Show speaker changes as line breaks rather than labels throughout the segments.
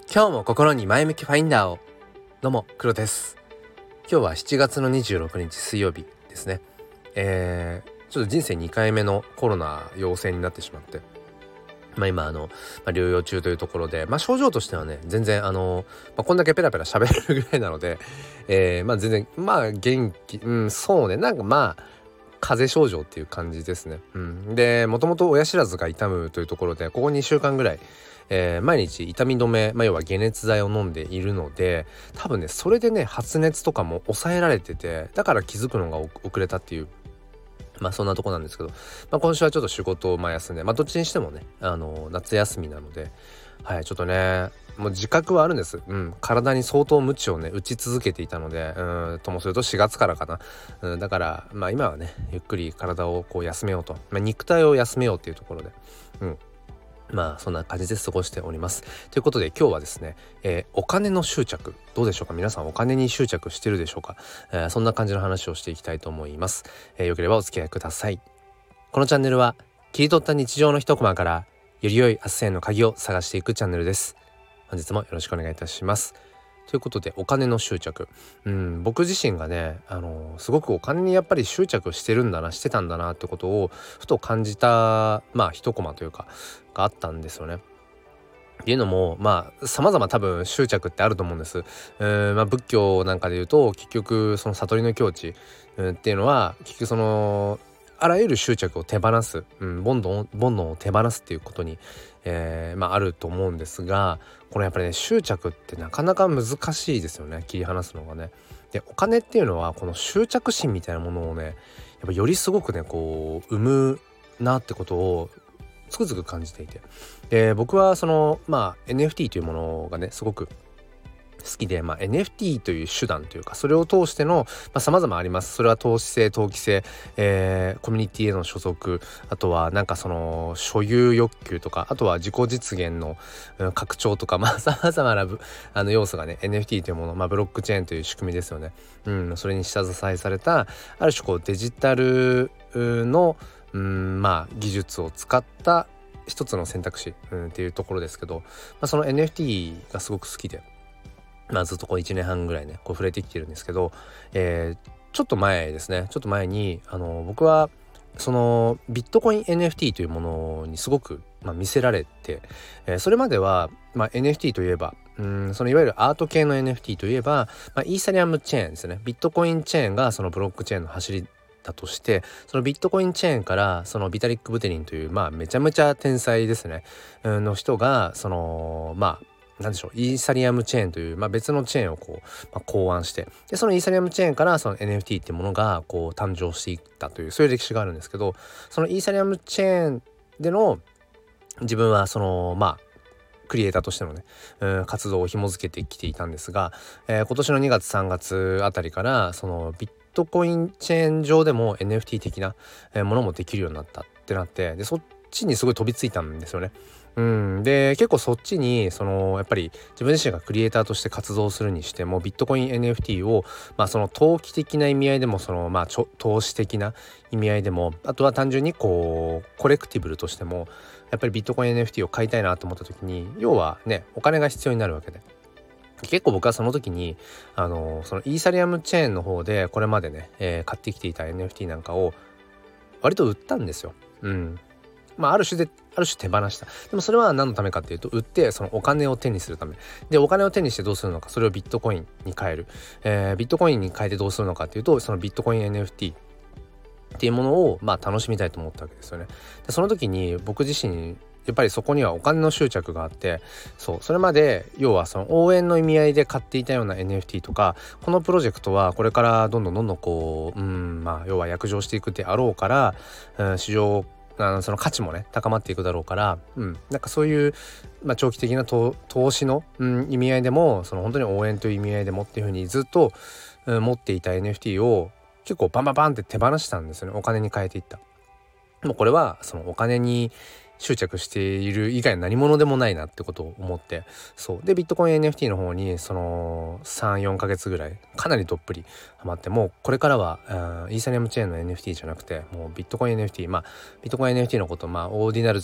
今日も心に前向きファインダーを。どうも黒です。今日は7月の26日水曜日ですね。ちょっと人生2回目のコロナ陽性になってしまって、今療養中というところで、症状としてはね全然こんだけペラペラ喋れるぐらいなので、全然元気、そうね、風邪症状っていう感じですね。で、もともと親知らずが痛むというところで、ここ2週間ぐらい、毎日痛み止め、要は解熱剤を飲んでいるので、多分ねそれでね発熱とかも抑えられてて、だから気づくのが遅れたっていう、そんなとこなんですけど、今週はちょっと仕事を休んで、どっちにしてもね夏休みなので、ちょっとねもう自覚はあるんです。体に相当鞭をね打ち続けていたので、ともすると4月からかな。だから今はねゆっくり体をこう休めようと、肉体を休めようっていうところで、そんな感じで過ごしております。ということで今日はですね、お金の執着どうでしょうか。皆さんお金に執着してるでしょうか。そんな感じの話をしていきたいと思います。よければお付き合いください。このチャンネルは切り取った日常の一コマからより良い明日への鍵を探していくチャンネルです。本日もよろしくお願いいたします。ということで、お金の執着、僕自身がねすごくお金にやっぱり執着してたんだなってことをふと感じた一コマというかがあったんですよね。っていうのも様々多分執着ってあると思うんです。仏教なんかで言うと結局その悟りの境地、っていうのは結局そのあらゆる執着を手放す、煩悩を手放すっていうことに、あると思うんですが、これやっぱりね執着ってなかなか難しいですよね、切り離すのがね。で、お金っていうのはこの執着心みたいなものをねやっぱよりすごくねこう生むなってことをつくづく感じていて、で僕はそのNFT というものがねすごく好きで、NFT という手段というかそれを通しての様々あります。それは投資性、投機性、コミュニティへの所属、あとはその所有欲求とか、あとは自己実現の、拡張とか様々な要素がね NFT というもの、ブロックチェーンという仕組みですよね。それに下支えされたある種こうデジタルの技術を使った一つの選択肢、っていうところですけど、その NFT がすごく好きで、ずっとこう1年半ぐらいねこう触れてきてるんですけど、ちょっと前に僕はそのビットコイン NFT というものにすごく見せられて、それまではNFT といえばそのいわゆるアート系の NFT といえば、イーサリアムチェーンですね。ビットコインチェーンがそのブロックチェーンの走りだとして、そのビットコインチェーンからそのビタリック・ブテリンというめちゃめちゃ天才ですね、の人がそのなんでしょう、イーサリアムチェーンという、別のチェーンをこう、考案して、でそのイーサリアムチェーンからその NFT っていうものがこう誕生していったという、そういう歴史があるんですけど、そのイーサリアムチェーンでの自分はそのクリエイターとしてのね、活動を紐付けてきていたんですが、今年の2月3月あたりからそのビットコインチェーン上でも NFT 的なものもできるようになったってなって、でそっちにすごい飛びついたんですよね。で結構そっちにそのやっぱり自分自身がクリエイターとして活動するにしても、ビットコイン NFT をその投機的な意味合いでも、その投資的な意味合いでも、あとは単純にこうコレクティブルとしてもやっぱりビットコイン NFT を買いたいなと思った時に、要はねお金が必要になるわけで、結構僕はその時にそのイーサリアムチェーンの方でこれまでね、買ってきていた NFT なんかを割と売ったんですよ。ある種手放した。でもそれは何のためかっていうと、売ってそのお金を手にするためで、お金を手にしてどうするのか、それをビットコインに変える、ビットコインに変えてどうするのかっていうと、そのビットコイン NFT っていうものを楽しみたいと思ったわけですよね。でその時に僕自身やっぱりそこにはお金の執着があって、それまで要はその応援の意味合いで買っていたような NFT とか、このプロジェクトはこれからどんどんこう要は躍上していくであろうから、市場その価値もね高まっていくだろうから、そういう、長期的な投資の、意味合いでも、その本当に応援という意味合いでもっていう風にずっと、持っていた NFT を結構バンバンバンって手放したんですよね。お金に変えていった。もうこれはそのお金に執着している以外何者でもないなってことを思って、でビットコイン NFT の方にその 3,4 ヶ月ぐらいかなりどっぷりハマって、もうこれからはイーサリアムチェーンの NFT じゃなくてもうビットコイン NFT、ビットコイン NFT のことオーディナルズっ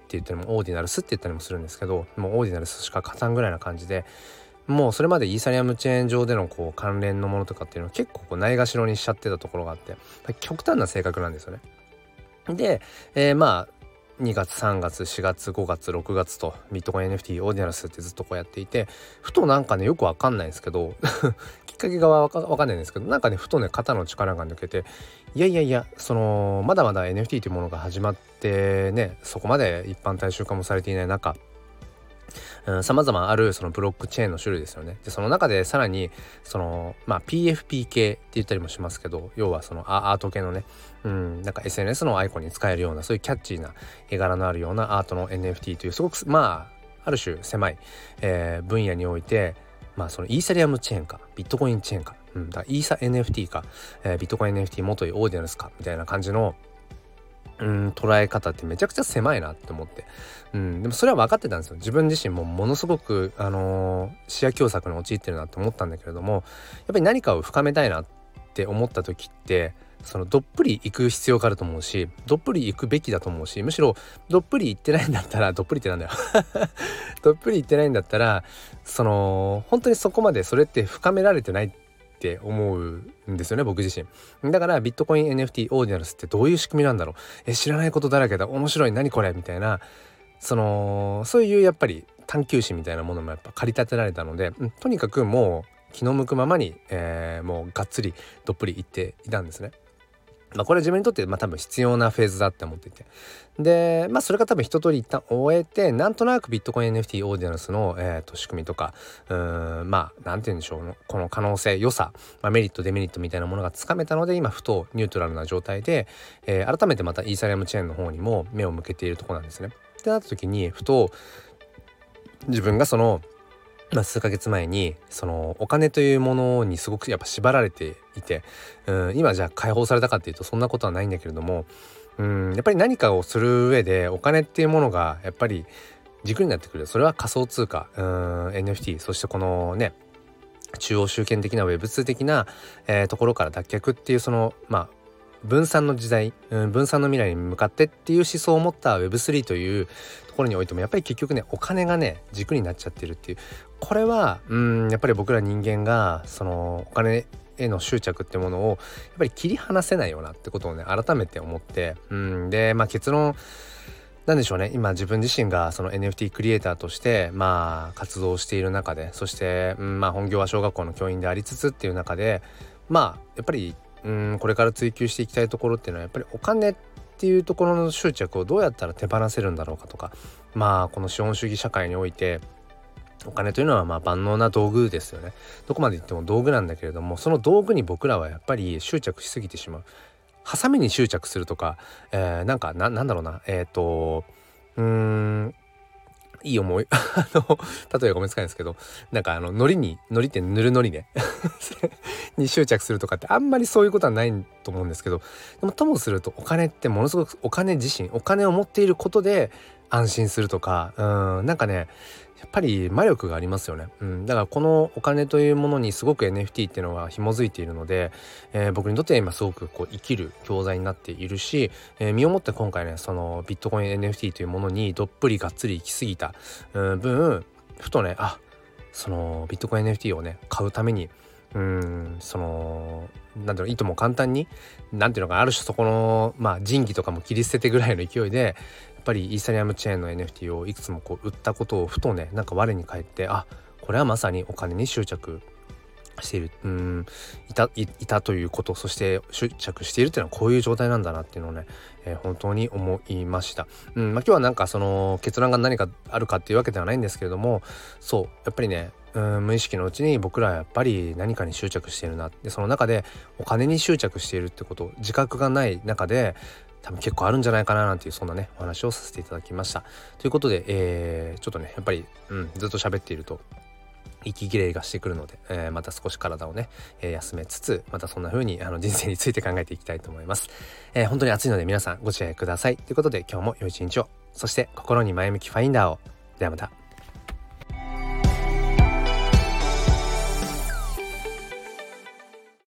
言ったりもオーディナルスって言ったりもするんですけど、もうオーディナルスしか勝たんぐらいな感じで、もうそれまでイーサリアムチェーン上でのこう関連のものとかっていうのを結構こうないがしろにしちゃってたところがあって、極端な性格なんですよね。で、2月3月4月5月6月とビットコイン NFT オーディナルスってずっとこうやっていて、ふとなんかねよくわかんないんですけどきっかけがわかんないんですけど、なんかねふとね肩の力が抜けて、いやそのまだまだ NFT というものが始まってね、そこまで一般大衆化もされていない中、様々あるそのブロックチェーンの種類ですよね。でその中でさらにそのPFP 系って言ったりもしますけど、要はそのアート系のね、なんか SNS のアイコンに使えるような、そういうキャッチーな絵柄のあるようなアートの NFT というすごくある種狭い、分野において、そのイーサリアムチェーンかビットコインチェーンか、だからイーサ NFT か、ビットコイン NFT 元いオーディナルスかみたいな感じの捉え方ってめちゃくちゃ狭いなって思って、でもそれは分かってたんですよ。自分自身もものすごく視野狭窄に陥ってるなって思ったんだけれども、やっぱり何かを深めたいなって思った時って、そのどっぷり行く必要があると思うし、どっぷり行くべきだと思うし、むしろどっぷり行ってないんだったらどっぷりってなんだよどっぷり行ってないんだったら、その本当にそこまでそれって深められてないって思うんですよね、僕自身。だからビットコイン NFT オーディナルスってどういう仕組みなんだろう、知らないことだらけだ、面白い、何これみたいな、そういうやっぱり探求心みたいなものもやっぱ駆り立てられたので、とにかくもう気の向くままに、もうがっつりどっぷりいっていたんですね。これは自分にとって多分必要なフェーズだって思っていて、でそれが多分一通り一旦終えて、なんとなくビットコイン NFT オーディナルスの、仕組みとかなんて言うんでしょう、この可能性、良さ、メリットデメリットみたいなものがつかめたので、今ふとニュートラルな状態で、改めてまたイーサリアムチェーンの方にも目を向けているところなんですね。ってなった時にふと自分がその数ヶ月前にそのお金というものにすごくやっぱ縛られていて、今じゃあ解放されたかっていうとそんなことはないんだけれども、やっぱり何かをする上でお金っていうものがやっぱり軸になってくる。それは仮想通貨、NFT、そしてこのね中央集権的な Web2 的な、ところから脱却っていうその分散の時代、分散の未来に向かってっていう思想を持った Web3 というところにおいてもやっぱり結局ねお金がね軸になっちゃってるっていう、これはやっぱり僕ら人間がそのお金への執着ってものをやっぱり切り離せないよなってことをね改めて思って、で結論なんでしょうね、今自分自身がその NFT クリエイターとして活動している中で、そして、本業は小学校の教員でありつつっていう中でやっぱりこれから追求していきたいところっていうのはやっぱりお金っていうところの執着をどうやったら手放せるんだろうかとか、この資本主義社会においてお金というのは万能な道具ですよね。どこまで言っても道具なんだけれども、その道具に僕らはやっぱり執着しすぎてしまう。ハサミに執着するとか、なんだろうな、いい思い例えが思いつかないんですけど、なんか糊って塗る糊ねに執着するとかってあんまりそういうことはないと思うんですけど、でもともするとお金ってものすごくお金自身、お金を持っていることで安心するとか、なんかねやっぱり魔力がありますよね。だからこのお金というものにすごく NFT っていうのは紐づいているので、僕にとっては今すごくこう生きる教材になっているし、身をもって今回ねそのビットコイン NFT というものにどっぷりがっつり行き過ぎた分、ふとねそのビットコイン NFT をね買うためにそのなんていうの、いとも簡単になんていうのか、ある種そこの仁義とかも切り捨ててぐらいの勢いでやっぱりイーサリアムチェーンの NFT をいくつもこう売ったことをふとねなんか我に返って、これはまさにお金に執着しているいたということ、そして執着しているっていうのはこういう状態なんだなっていうのをね、本当に思いました。今日はなんかその結論が何かあるかっていうわけではないんですけれども、そうやっぱりね無意識のうちに僕らはやっぱり何かに執着しているなって、その中でお金に執着しているってこと自覚がない中で多分結構あるんじゃないかななんていう、そんなねお話をさせていただきました。ということで、ちょっとねやっぱり、ずっと喋っていると息切れがしてくるので、また少し体をね、休めつつ、またそんな風に人生について考えていきたいと思います。本当に暑いので皆さんご自愛ください。ということで今日も良い一日を、そして心に前向きファインダーを。ではまた。